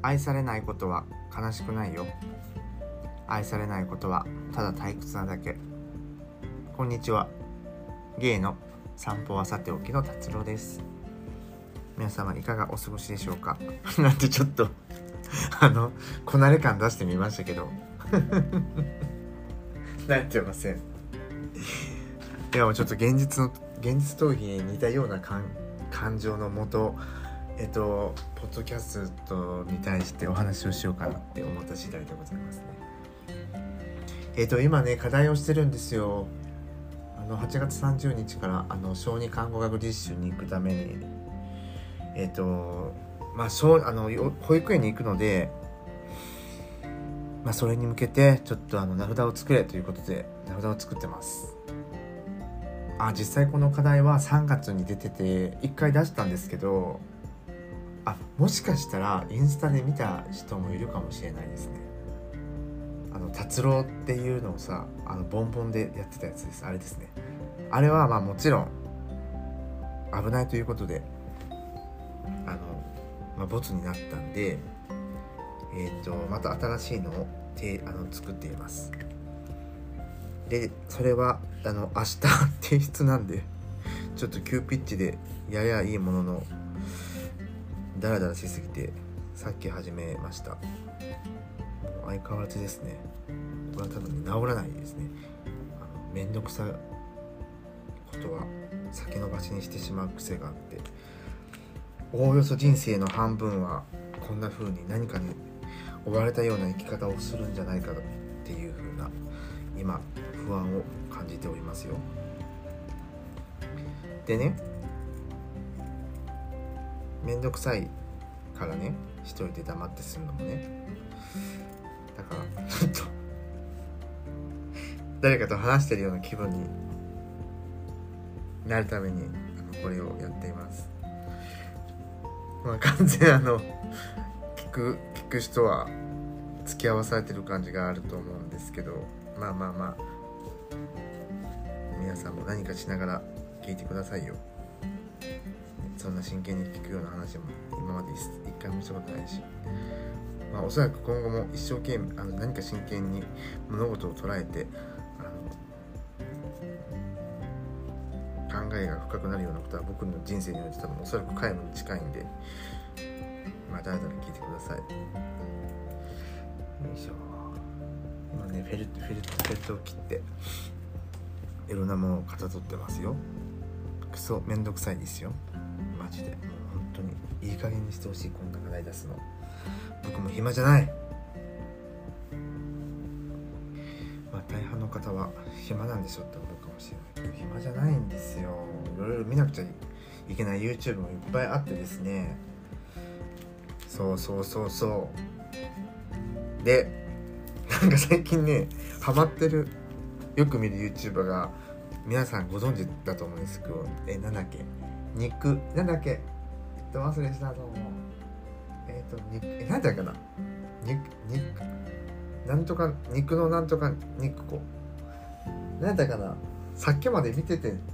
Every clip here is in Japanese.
愛されないことは悲しくないよ。愛されないことはただ退屈なだけ。こんにちは。ゲイの散歩はさておきの達郎です。皆様いかがお過ごしでしょうか。なんてちょっとこなれ感出してみましたけどなってません。いやもうちょっと現実逃避に似たような感情のもとポッドキャストに対してお話をしようかなって思った次第でございますね。今ね課題をしてるんですよ。8月30日から小児看護学実習に行くために保育園に行くので、それに向けてちょっと名札を作れということで名札を作ってます。実際この課題は3月に出てて1回出したんですけど、もしかしたらインスタで見た人もいるかもしれないですね。達郎っていうのをさボンボンでやってたやつです。あれですね。あれはもちろん危ないということでボツになったんでまた新しいのを作っています。でそれは明日提出なんでちょっと急ピッチでややいいもののダラダラしすぎてさっき始めました。もう相変わらずですね。これは多分治らないですね。めんどくさいことは先延ばしにしてしまう癖があって、おおよそ人生の半分はこんな風に何かに追われたような生き方をするんじゃないかっていう風な今不安を感じておりますよ。でね、めんどくさいからね一人で黙ってするのもね、だからちょっと誰かと話してるような気分になるためにこれをやっています。完全聞く人は付き合わされてる感じがあると思うんですけど、皆さんも何かしながら聞いてくださいよ。そんな真剣に聞くような話も今まで一回もしたことないし、おそらく今後も一生懸命何か真剣に物事を捉えて考えが深くなるようなことは僕の人生において多分おそらく皆無に近いんで、だらだら聞いてください。よいしょ。今ねフェルトを切っていろんなものをかたどってますよ。クソめんどくさいですよマジで。もう本当にいい加減にしてほしい。こんな課題出すの僕も暇じゃない。大半の方は暇なんでしょって思うかもしれないけど、暇じゃないんですよ。いろいろ見なくちゃいけない YouTube もいっぱいあってですね。そうで最近ねハマってるよく見る YouTuber が皆さんご存知だと思うんですけど、なんだっけ忘れしたと思う。なんだっけな、なんとか肉のなんとか肉子なんだかな、さっきまで見てて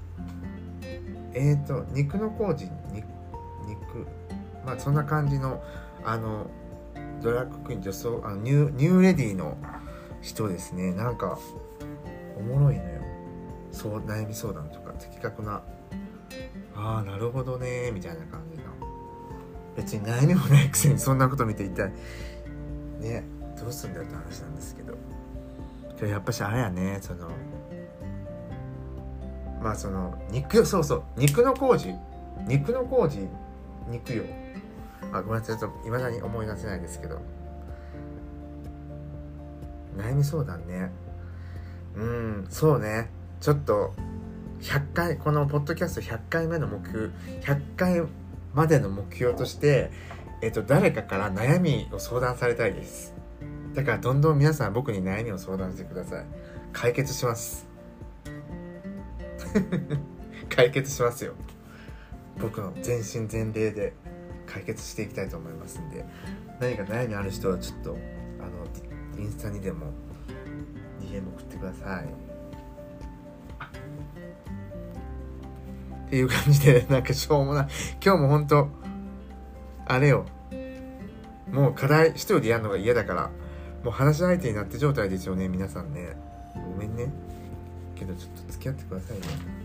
肉の工事肉そんな感じのドラッグクイーン女装ニューレディーの人ですね。なんかおもろいのよ。そう悩み相談とか的確ななるほどねみたいな感じの、別に悩みもないくせにそんなこと見ていたいね、どうすんだよって話なんですけど、今日やっぱしあれやね、肉の工事肉よ。ごめんなさい、ちょっと未だに思い出せないですけど、悩み相談ね。そうね、ちょっと100回このポッドキャスト100回目の目標、100回までの目標として誰かから悩みを相談されたいです。だからどんどん皆さん僕に悩みを相談してください。解決します解決しますよ。僕の全身全霊で解決していきたいと思いますんで、何か悩みある人はちょっとインスタにでも DM 送ってくださいっていう感じで、しょうもない今日も本当あれよ、 もう課題一人でやるのが嫌だから、もう話し相手になって状態ですよね、皆さんね。ごめんね。けどちょっと付き合ってくださいね。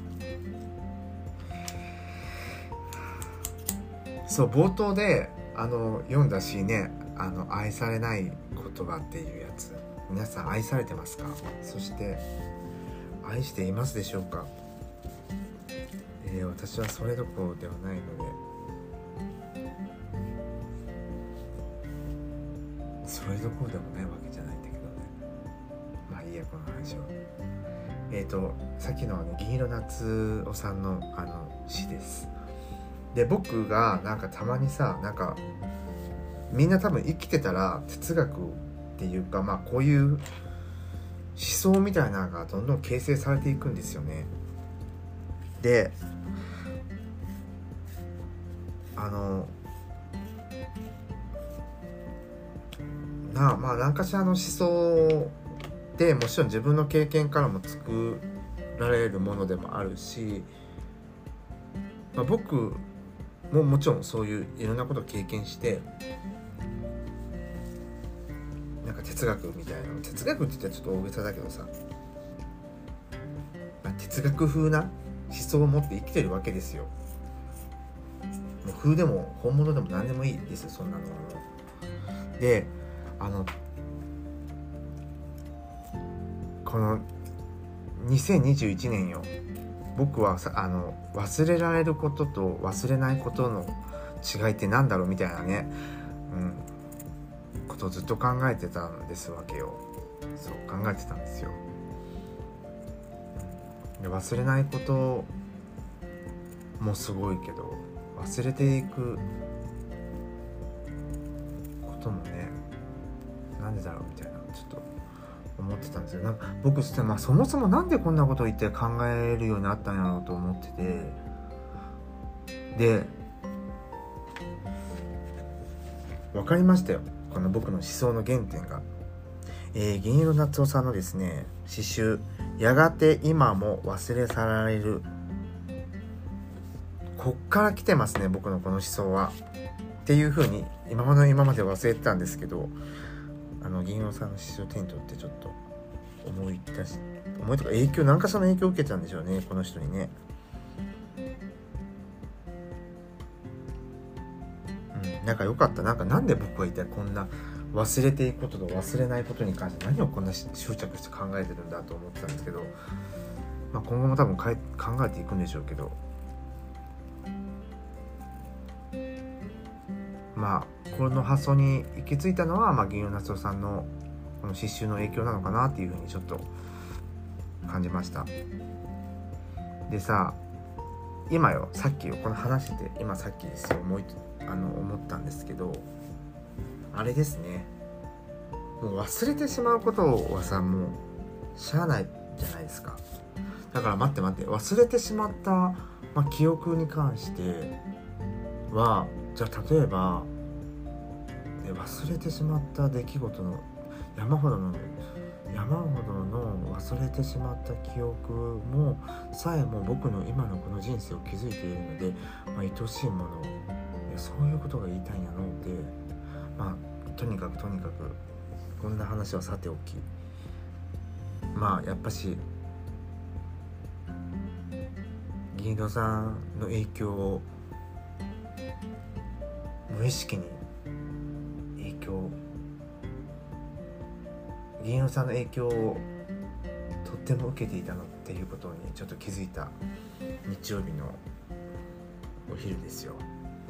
そう、冒頭で読んだしね、愛されない言葉っていうやつ、皆さん愛されてますか？そして愛していますでしょうか？私はそれどころではないので、それどころでもないわけじゃないんだけどね。まあいいや、この話は。さっきの銀色夏夫さんの詩です。で、僕がなんかたまにさ、なんかみんな多分生きてたら哲学っていうか、まあこういう思想みたいなのがどんどん形成されていくんですよね。で、まあ何かしらの思想でもちろん自分の経験からも作られるものでもあるし、まあ、僕ももちろんそういういろんなことを経験して、なんか哲学みたいな、哲学って言ったらちょっと大げさだけどさ、まあ、哲学風な思想を持って生きてるわけですよ。もう風でも本物でも何でもいいですよ、そんなのは。で、この2021年よ、僕は忘れられることと忘れないことの違いってなんだろうみたいなね、ことをずっと考えてたんですわけよ。そう考えてたんですよ。で、忘れないこともすごいけど、忘れていくこともね、なんでだろうみたいなちょっと思ってたんですよ。なんか僕まあ、そもそもなんでこんなことを言って考えるようになったんやろうと思ってて、で分かりましたよ、この僕の思想の原点が。銀色夏夫さんのですね、詩集「やがて今も忘れ去られる」、こっから来てますね、僕のこの思想はっていう風に今まで忘れてたんですけど、銀色さんの詩集を手に取ってちょっと思いとか影響、何かしらの影響を受けたんでしょうね、この人にね。なんか良かった。なんで僕は一体こんな忘れていくことと忘れないことに関して何をこんな執着して考えてるんだと思ってたんですけど、まあ、今後も多分考えていくんでしょうけど、まあこの発想に行き着いたのは、銀色夏夫さんのこの詩集の影響なのかなっていうふうにちょっと感じました。でさ、今よ、さっきよ、この話して今さっきですよ、思ったんですけど、あれですね、もう忘れてしまうことはさ、もうしゃあないじゃないですか。だから待って忘れてしまった、記憶に関しては、じゃあ例えば忘れてしまった出来事の山ほどの忘れてしまった記憶もさえも僕の今のこの人生を築いているので、愛しいもの、そういうことが言いたいんやので、とにかくこんな話はさておき、やっぱし銀色さんの影響を無意識に銀色さんの影響をとっても受けていたのっていうことにちょっと気づいた日曜日のお昼ですよ。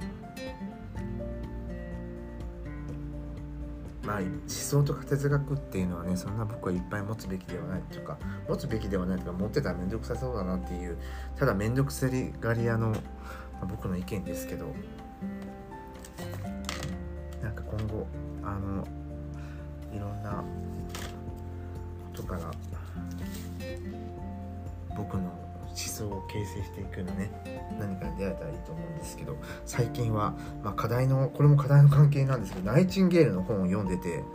思想とか哲学っていうのはね、そんな僕はいっぱい持つべきではないとか、持ってたらめんどくさそうだなっていう、ただめんどくさがり屋の、僕の意見ですけど、なんか今後いろんなことから僕の思想を形成していくようなね、何かに出会えたらいいと思うんですけど、最近は、これも課題の関係なんですけど、ナイチンゲールの本を読んでて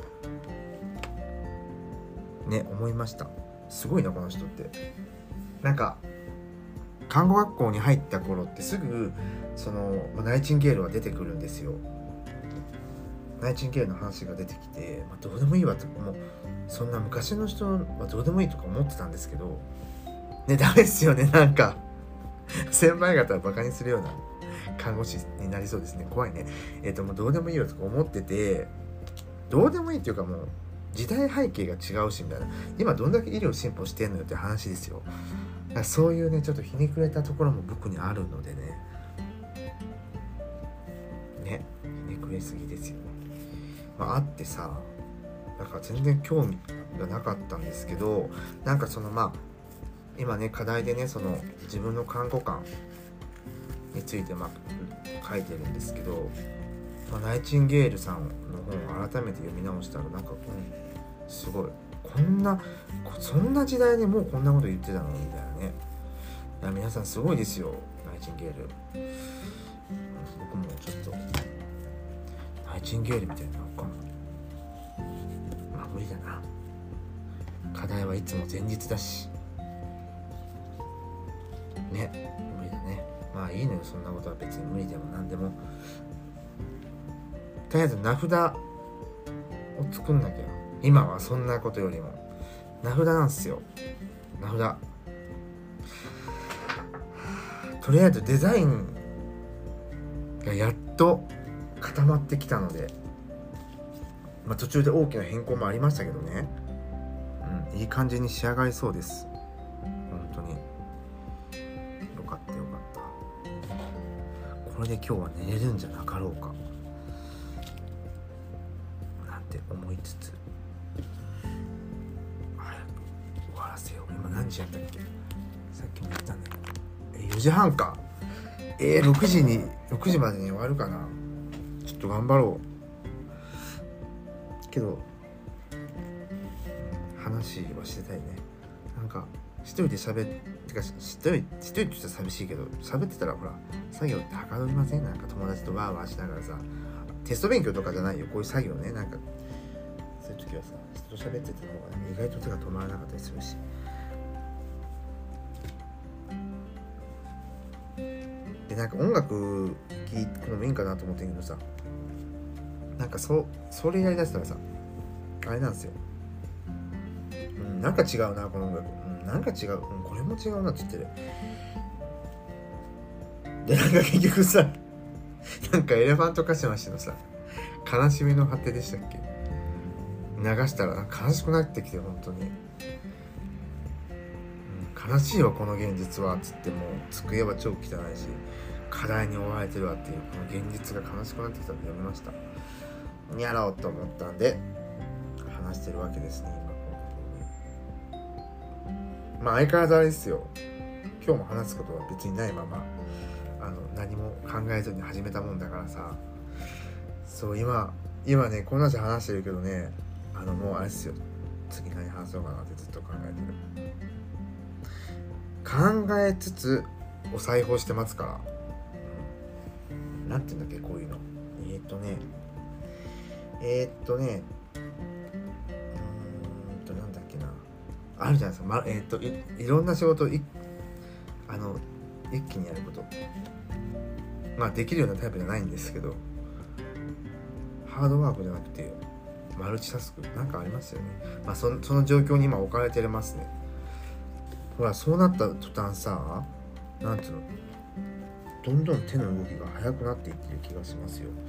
ね、思いました。すごいなこの人って。なんか看護学校に入った頃ってすぐナイチンゲールは出てくるんですよ。 ナイチンゲールの話が出てきて、どうでもいいわって、もうそんな昔の人はどうでもいいとか思ってたんですけどね、ダメですよね。なんか先輩方はバカにするような看護師になりそうですね。怖いね。もうどうでもいいよとか思ってて、どうでもいいっていうか、もう時代背景が違うしみたいな、今どんだけ医療進歩してんのよって話ですよ。だからそういうね、ちょっとひねくれたところも僕にあるのでね、ひねくれすぎですよね。あってさ、だから全然興味がなかったんですけど、なんかその今ね、課題でね、その自分の看護官について書いてるんですけど、ナイチンゲールさんの本を改めて読み直したら、なんかすごい、そんな時代でもうこんなこと言ってたのみたいなね。いや、皆さんすごいですよ、ナイチンゲール。僕もちょっとナイチンゲールみたいになるかも。無理だな。課題はいつも前日だしね、無理だね。いいのよ、そんなことは別に無理でも何でも。とりあえず名札を作んなきゃ。今はそんなことよりも名札なんですよ。名札、とりあえずデザインがやっと固まってきたので、途中で大きな変更もありましたけどね、いい感じに仕上がりそうです。本当によかったよかった。これで今日は寝れるんじゃなかろうかなんて思いつつ、早く終わらせよう。今何時やったっけ、さっきも言ったんだけど、4時半か。6時までに終わるかな。ちょっと頑張ろうけど、話はしてたいね。なんか一人で喋ってか、一人って言ったら寂しいけど、喋ってたらほら作業ってはかどりません？なんか友達とワーワーしながらさ、テスト勉強とかじゃないよ、こういう作業ね。なんかそういう時はさ、人と喋ってた方が、ね、意外と手が止まらなかったりするし。で、なんか音楽聴くのもいいんかなと思ってんけどさ、なんかそれやりだしたらさ、あれなんですよ。なんか違うなこの音楽。なんか違う。これも違うなって言ってる。で、なんか結局さ、なんかエレファントカシマシのさ、悲しみの果てでしたっけ、流したら悲しくなってきて、本当に、悲しいわこの現実はつって、もう机は超汚いし課題に追われてるわっていう、この現実が悲しくなってきたんでやめました。やろうと思ったんで話してるわけですね、今。相変わらずあれですよ、今日も話すことは別にないまま何も考えずに始めたもんだからさ。そう、今ね、こんなじゃ話してるけどね、もうあれですよ、次何話そうかなってずっと考えてる。考えつつお裁縫してますから、なんて言うんだっけ、こういうの。なんだっけな、あるじゃないですか。いろんな仕事一気にやること。できるようなタイプじゃないんですけど、ハードワークじゃなくてマルチタスクなんかありますよね。その状況に今置かれてますね。ほら、そうなった途端さ、なんていうの、どんどん手の動きが速くなっていってる気がしますよ。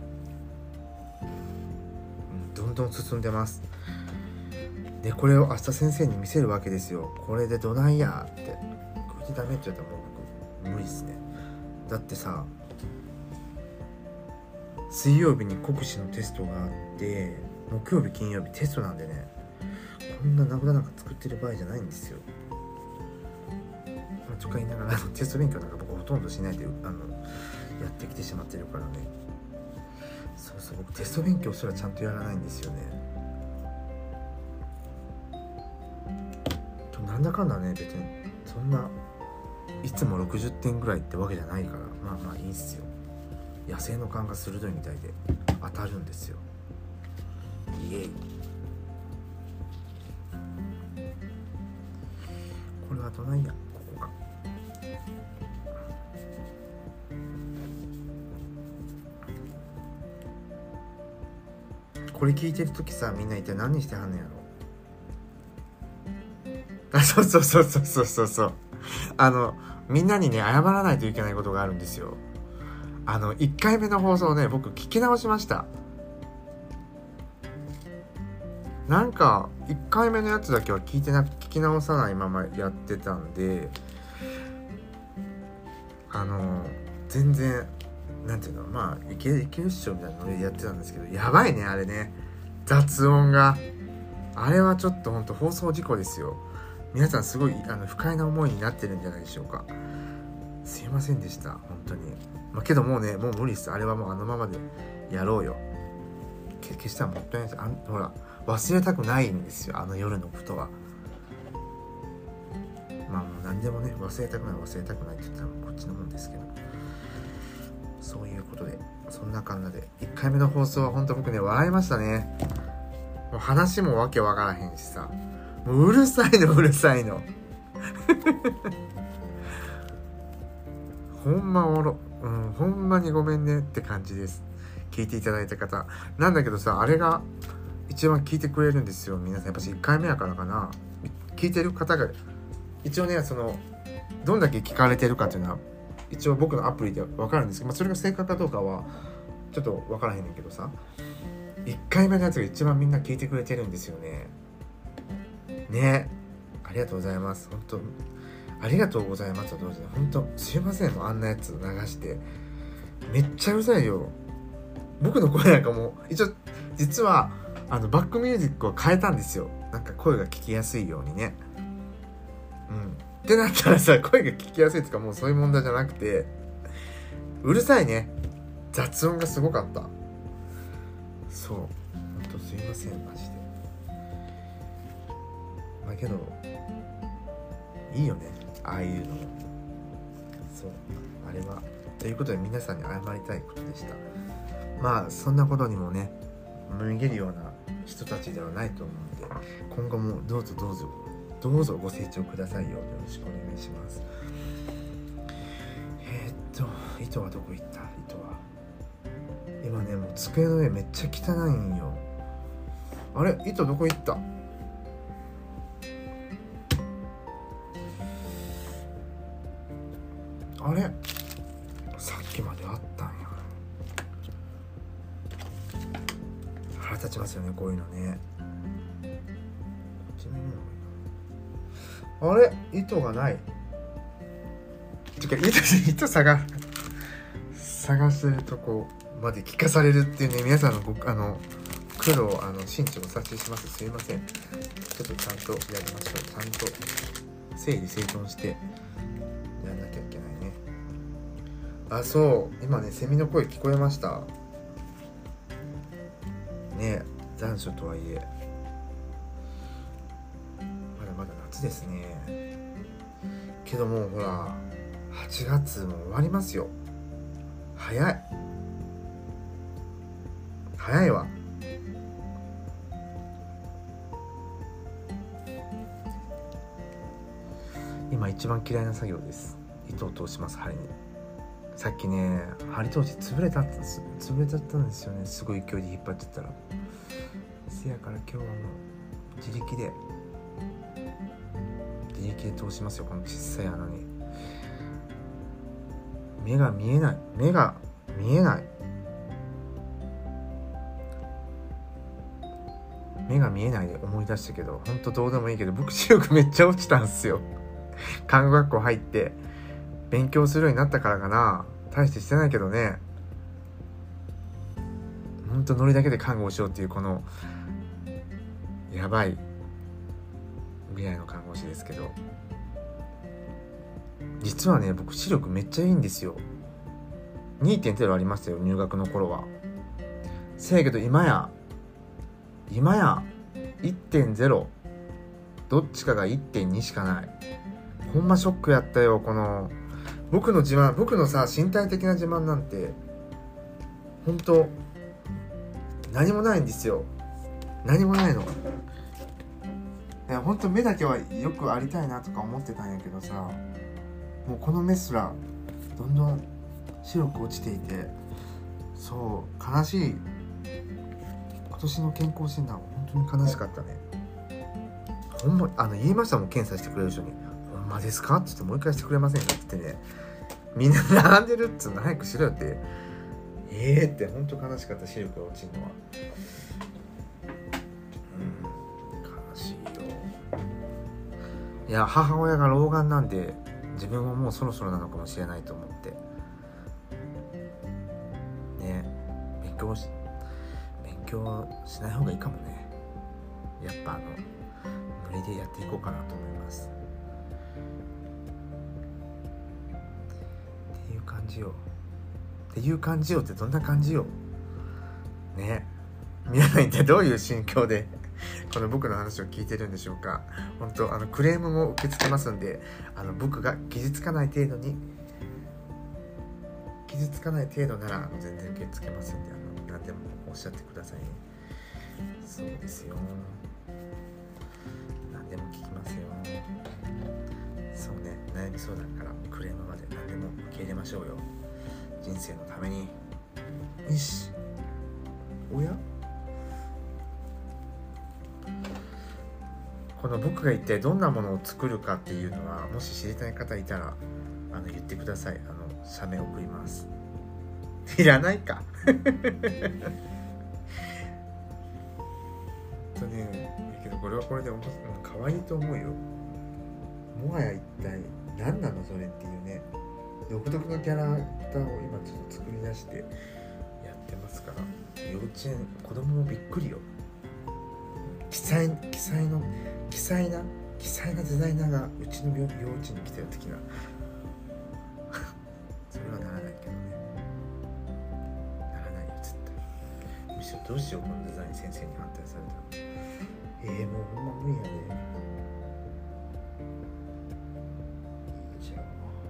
どんどん進んでます。で、これを明日先生に見せるわけですよ。これでどないやって。これでダメって言ったらもう僕無理っすね。だってさ、水曜日に国試のテストがあって、木曜日金曜日テストなんでね、こんな名札なんか作ってる場合じゃないんですよ。とか言いながらテスト勉強なんか僕ほとんどしないでやってきてしまってるからね。そう僕テスト勉強すらちゃんとやらないんですよね。なんだかんだね、別にそんないつも60点ぐらいってわけじゃないから、いいんすよ。野生の勘が鋭いみたいで当たるんですよ。イエイ。これはどないや、ここが。 これ聞いてる時さ、みんな一体何してはんのやろ。そうみんなにね謝らないといけないことがあるんですよ。1回目の放送ね、僕聞き直しました。なんか1回目のやつだけは聞き直さないままやってたんで、全然なんていうの、まあいけるっしょみたいなのでやってたんですけど、やばいねあれね、雑音が。あれはちょっとほんと放送事故ですよ。皆さんすごい不快な思いになってるんじゃないでしょうか。すいませんでした本当に。まあ、けどもう無理です。あれはもうあのままでやろうよ。消したらもったいないです。ほら忘れたくないんですよ、あの夜のことは。まあもう何でもね、忘れたくないって言ったらこっちのもんですけど、そういうことで、そんな感じで1回目の放送は本当僕ね笑いましたね。もう話もわけわからへんしさ、もううるさいのほんまほんまにごめんねって感じです。聞いていただいた方なんだけどさ、あれが一番聞いてくれるんですよ皆さん。やっぱし1回目やからかな、聞いてる方が一応ね、どんだけ聞かれてるかっていうのは一応僕のアプリで分かるんですけど、それが正確かどうかはちょっと分からへんねんけどさ、1回目のやつが一番みんな聞いてくれてるんですよね。ありがとうございます。本当ありがとうございますと同時に本当すいません、あんなやつ流してめっちゃうるさいよ。僕の声なんかも一応実はバックミュージックを変えたんですよ。なんか声が聞きやすいようにね。ってなったらさ、声が聞きやすいとかもうそういう問題じゃなくて、うるさいね。雑音がすごかった。そう、ほんとすいませんマジで。まあけどいいよね、ああいうのも。そう、あれはということで皆さんに謝りたいことでした。まあそんなことにもねめげるような人たちではないと思うので、今後もどうぞご成長くださいよ。よろしくお願いします。糸はどこ行った？糸は今ね、もう机の上めっちゃ汚いんよ。あれ、糸どこ行った？あれ、さっきまであったんや。腹立ちますよね、こういうのね。あれ、糸がない。糸探してるとこまで聞かされるっていうね、皆さんの苦労を心中お察しします。すいません。ちょっとちゃんとやりましょう。ちゃんと整理整頓してやんなきゃいけないね。あ、そう、今ねセミの声聞こえましたね。残暑とはいえまだまだ夏ですね。けどもうほら8月も終わりますよ。早いわ。今一番嫌いな作業です。糸を通します、針に。さっきね針通し潰れちゃったんですよね。すごい勢いで引っ張っちゃったら。せやから今日はもう自力で通しますよ、この小さい穴に。目が見えない。目が見えないで思い出したけど、ほんとどうでもいいけど、僕視力めっちゃ落ちたんすよ。看護学校入って勉強するようになったからかな。大してしてないけどね、ほんとノリだけで看護をしようっていうこのやばい未来の看護師ですけど、実はね僕視力めっちゃいいんですよ。 2.0 ありましたよ、入学の頃は。せやけど今や 1.0 どっちかが 1.2 しかない。ほんまショックやったよ。この僕のさ身体的な自慢なんてほんと何もないんですよ。何もないの。いやほんと目だけはよくありたいなとか思ってたんやけどさ、もうこの目すらどんどん白く落ちていて、そう悲しいこと年の健康診断は本当に悲しかったね。ほんま言いましたもん、検査してくれる人に、ほんまですかって言って、もう一回してくれませんかって言ってね、みんな並んでるっつうの早くしろよって、って本当悲しかった。視力が落ちるのは悲しいよ。いや、母親が老眼なんで、自分はもうそろそろなのかもしれないと思ってね、勉強しない方がいいかもね。やっぱ無理でやっていこうかなと思います。っていう感じよ。ってどんな感じよね。皆さん一体どういう心境でこの僕の話を聞いてるんでしょうか。本当クレームも受け付けますんで、僕が傷つかない程度なら全然受け付けますんで、何でもおっしゃってくださいね。そうですよ、何でも聞きますよ。そうね、悩み相談からクレームまで何でも受け入れましょうよ、人生のために。よし、おや、この僕が一体どんなものを作るかっていうのは、もし知りたい方いたら言ってください。写メ送ります。いらないかとね、だけどこれはこれで可愛いと思うよ。もはや一体何なのそれっていうね、独特のキャラクターを今ちょっと作り出してやってますから、幼稚園子供もびっくりよ。奇才なデザイナーがうちの幼稚園に来たよ的なそれはならないけどね。ならないよ絶対。むしろどうしよう、このデザイン先生に反対されたら。もうほんま無理やで。じゃ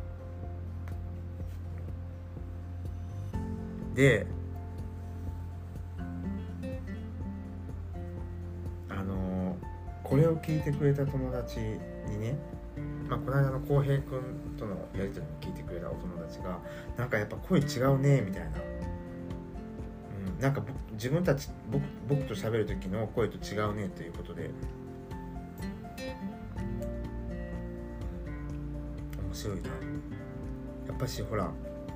あでこれを聞いてくれた友達にね、この間の浩平くんとのやり取りを聞いてくれたお友達が、なんかやっぱ声違うねみたいな、なんか自分たち僕と喋る時の声と違うねということで、面白いな。やっぱしほら、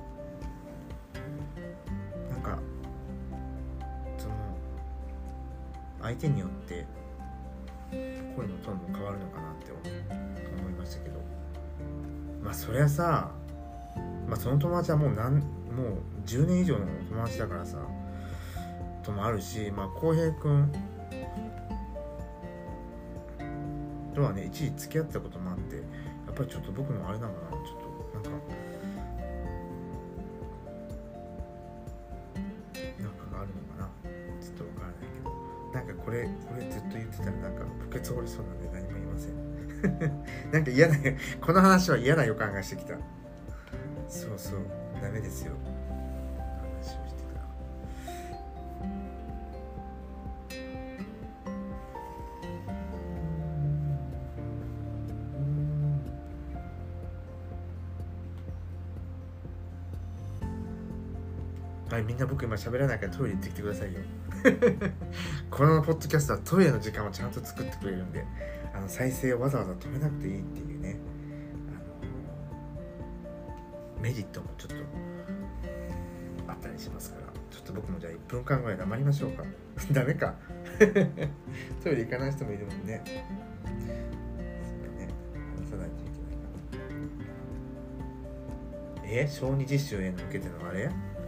なんかその相手によって声のトーンも変わるのかなって思いましたけど、そりゃさ、その友達はもう10年以上の友達だからさともあるし、浩平くんとはね一時付き合ってたこともあって、やっぱりちょっと僕のあれなのかな、ちょっとなんかがあるのかな、ちょっとわからないけど、なんかこれずっと言ってたらなんか補欠おりそうなんで何も言いませんなんか嫌なこの話は嫌な予感がしてきた。そうダメですよ、話をしてたら。みんな僕今喋らないからトイレ行ってきてくださいよこのポッドキャストはトイレの時間をちゃんと作ってくれるんで、再生をわざわざ止めなくていいっていうね、メリットもちょっとあったりしますから、ちょっと僕もじゃあ1分間ぐらい黙りましょうかダメかトイレ行かない人もいるもんね。そうね、話さないといけないから。小児実習へ向けてのあれ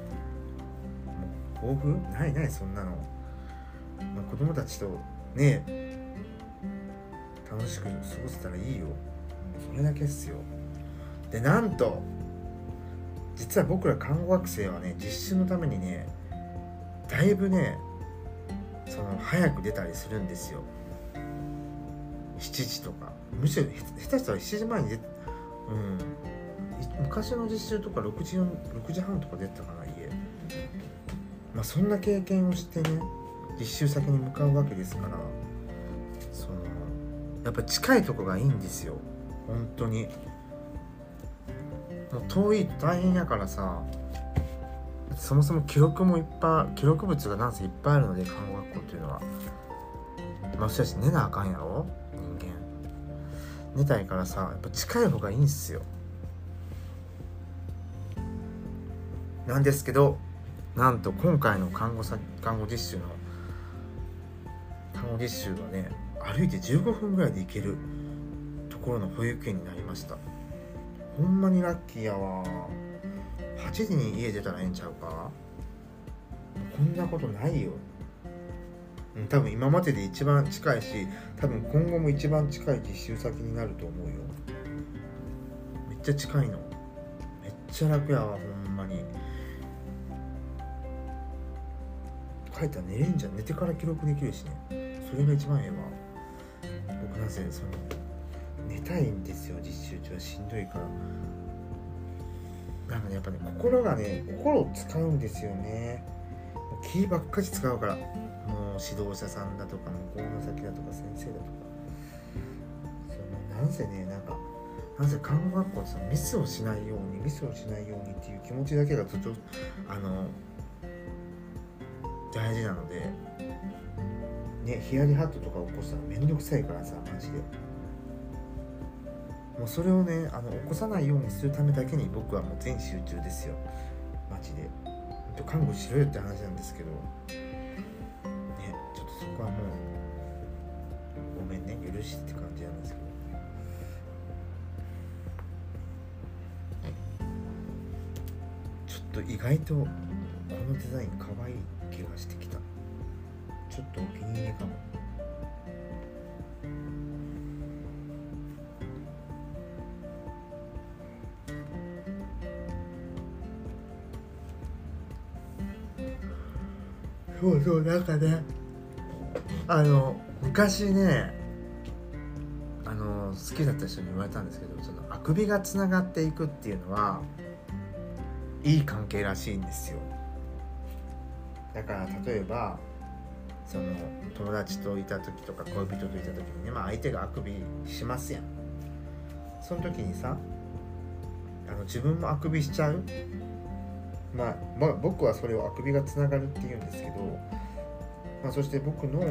抱負ないそんなの。子供たちとね楽しく過ごせたらいいよ、それだけっすよ。でなんと実は僕ら看護学生はね、実習のためにねだいぶね早く出たりするんですよ。7時とか、むしろ下手したら7時前に昔の実習とか6時半とか出てたかな、家。そんな経験をしてね実習先に向かうわけですから、やっぱ近いとこがいいんですよ本当に。もう遠いと大変やからさ、 そもそも記録物がなんせいっぱいあるので、看護学校っていうのはまあしかし寝なあかんやろ、人間寝たいからさ、やっぱ近い方がいいんすよ。なんですけど、なんと今回の看護実習はね、歩いて15分ぐらいで行けるところの保育園になりました。ほんまにラッキーやわ。8時に家出たらええんちゃうか。こんなことないよ。多分今までで一番近いし、多分今後も一番近い実習先になると思うよ。めっちゃ近いの。めっちゃ楽やわ、ほんまに。帰ったら寝れんじゃん。寝てから記録できるしね。それが一番ええわ。僕なぜ寝たいんですよ、実習中は。しんどいから。なんかね、やっぱね、心を使うんですよね。気ばっかり使うから。もう指導者さんだとか、向こうの先だとか、先生だとか。なんせね、なんせ看護学校ってミスをしないようにっていう気持ちだけがずっと大事なのでね、ヒヤリハットとか起こしたらめんどくさいからさ、マジで。もうそれをね、起こさないようにするためだけに僕はもう全集中ですよ、マジで。看護しろよって話なんですけどね、ちょっとそこはもうごめんね、許してって感じなんですけど。ちょっと意外とこのデザイン可愛い気がしてきた。ちょっとお気に入りかも。そう、なんかね、昔ね、好きだった人に言われたんですけど、そのあくびがつながっていくっていうのはいい関係らしいんですよ。だから例えばその友達といた時とか恋人といた時にね、相手があくびしますやん。その時にさ、自分もあくびしちゃう。僕はそれをあくびがつながるって言うんですけど、そして僕の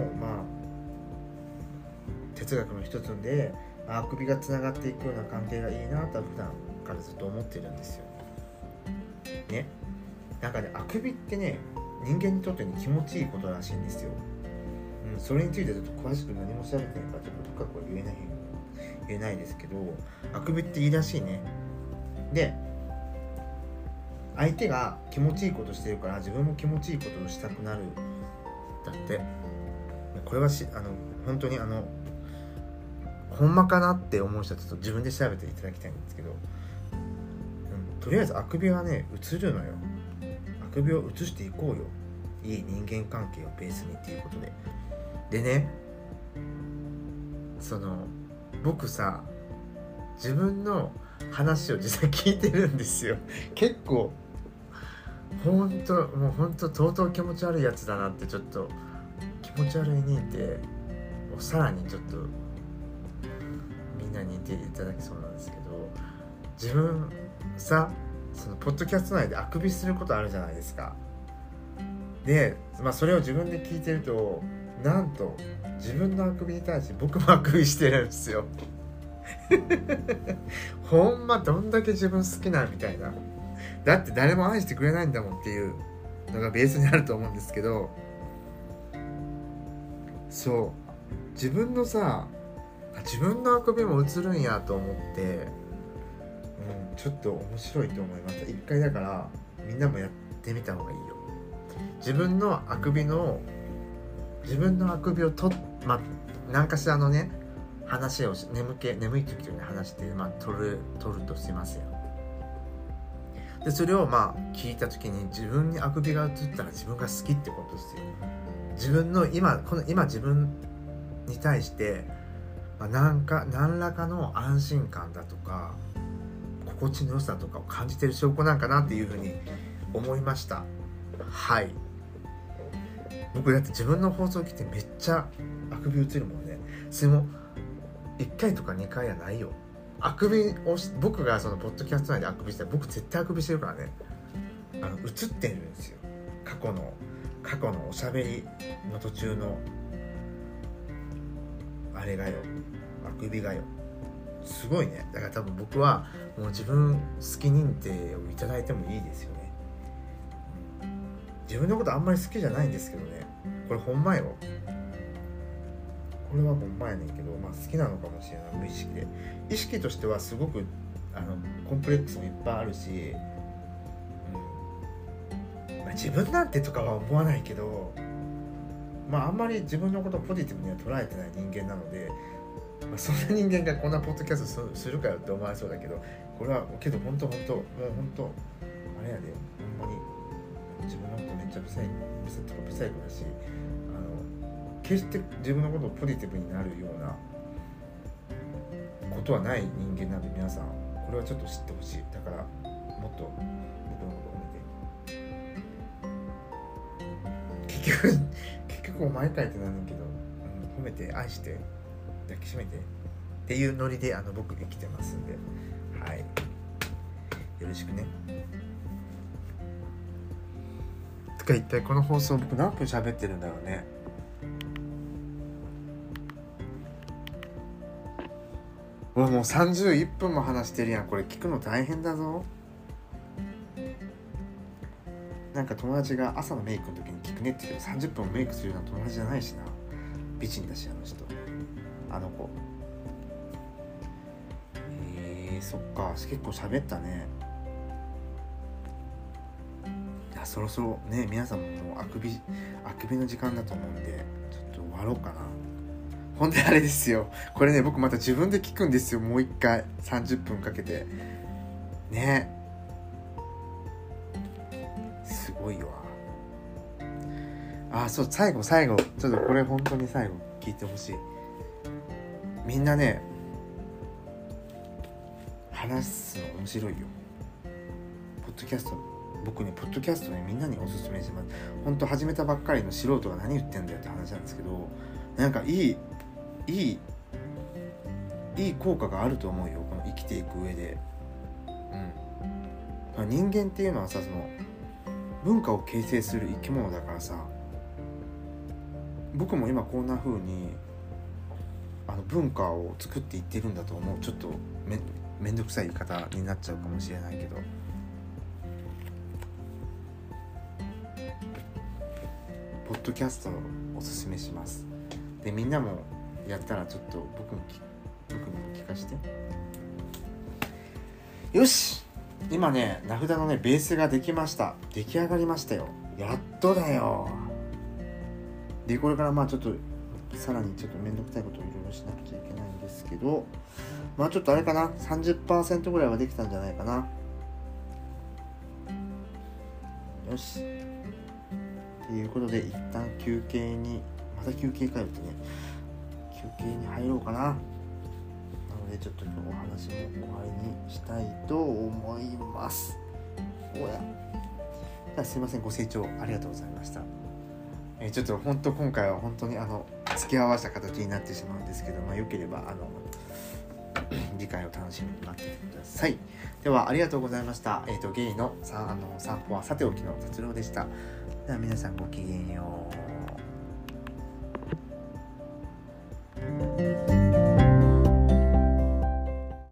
哲学の一つであくびがつながっていくような関係がいいなと普段からずっと思ってるんですよね。なんかね、あくびってね、人間にとって気持ちいいことらしいんですよ。それについてちょっと詳しく何も調べてないからちょっと深くは言えないですけど、あくびっていいらしいね。で、相手が気持ちいいことしてるから自分も気持ちいいことをしたくなるだって。これは本当にほんまかなって思う人はちょっと自分で調べていただきたいんですけど、とりあえずあくびはね、移るのよ。あくびを移していこうよ、いい人間関係をベースにっていうことで。でね、僕さ、自分の話を実際聞いてるんですよ。結構もうほんととうとう気持ち悪いやつだなって、ちょっと気持ち悪い認定をさらにちょっとみんなに言っていただきそうなんですけど、自分さ、ポッドキャスト内であくびすることあるじゃないですか。で、それを自分で聞いてると、なんと自分のあくびに対して僕もあくびしてるんですよ。ほんまどんだけ自分好きなみたいな。だって誰も愛してくれないんだもんっていうのがベースにあると思うんですけど、そう自分のあくびも映るんやと思って、ちょっと面白いと思いました。一回だからみんなもやってみた方がいいよ。自分のあくびを何かしらのね、話を眠い時に話して、取るとしますよ。でそれを聞いた時に自分にあくびが映ったら自分が好きってことですよ。自分の今自分に対して何らかの安心感だとか心地の良さとかを感じてる証拠なんかなっていうふうに思いました。はい。僕だって自分の放送を聞いてめっちゃあくび映るもんね。それも1回とか2回はないよ。あくびを僕がポッドキャスト内であくびしたら僕絶対あくびしてるからね。 映ってるんですよ。過去のおしゃべりの途中のあれがよ、あくびがよ、すごいね。だから多分僕はもう自分好き認定をいただいてもいいですよね。自分のことあんまり好きじゃないんですけどね、これほんまよ、これはほんまやねんけど、好きなのかもしれない。無意識で、意識としてはすごくコンプレックスもいっぱいあるし、自分なんてとかは思わないけど、あんまり自分のことをポジティブには捉えてない人間なので、そんな人間がこんなポッドキャストするかよって思われそうだけど、これはけど本当もう本当あれやで、ほんまに自分のことめっちゃブサイクだし、決して自分のことをポジティブになるようなことはない人間なんで、皆さんこれはちょっと知ってほしい。だからもっと僕のことを褒めて、結局お前かいってなんだけど、褒めて愛して抱きしめてっていうノリで僕生きてますんで、はい、よろしくね。とか一体この放送僕何分喋ってるんだろうね。もう31分も話してるやん。これ聞くの大変だぞ。なんか友達が朝のメイクの時に聞くねって言うけど、30分もメイクするような友達じゃないしな。美人だし人、あの子。そっか、結構喋ったね。いや、そろそろね、皆さんももうあくびの時間だと思うんで、ちょっと終わろうかな。ほんであれですよ、これね、僕また自分で聞くんですよ。もう一回30分かけてね。すごいわ。そう、最後ちょっとこれ本当に最後聞いてほしい。みんなね、話すの面白いよ。ポッドキャスト、僕ね、ポッドキャストね、みんなにおすすめします。本当始めたばっかりの素人が何言ってんだよって話なんですけど、なんかいい効果があると思うよ、この生きていく上で。人間っていうのはさ、その文化を形成する生き物だからさ、僕も今こんな風に文化を作っていってるんだと思う。ちょっとめんどくさい言い方になっちゃうかもしれないけど、ポッドキャストをおすすめします。で、みんなもやったらちょっと僕にも聞かして。よし、今ね、名札のねベースができました。出来上がりましたよ。やっとだよ。で、これからちょっとさらにちょっとめんどくさいことをいろいろしなくちゃいけないんですけど、ちょっとあれかな、 30% ぐらいはできたんじゃないかな。よし、ということで一旦休憩に、また休憩かよってね、休憩に入ろうかな。なのでちょっと今日お話も終わりにしたいと思います。すいません、ご清聴ありがとうございました。ちょっと本当今回は本当に付き合わせた形になってしまうんですけど、よければ次回を楽しみに待っててください。ではありがとうございました。ゲイの散歩はさておきの達郎でした。では皆さんごきげんよう。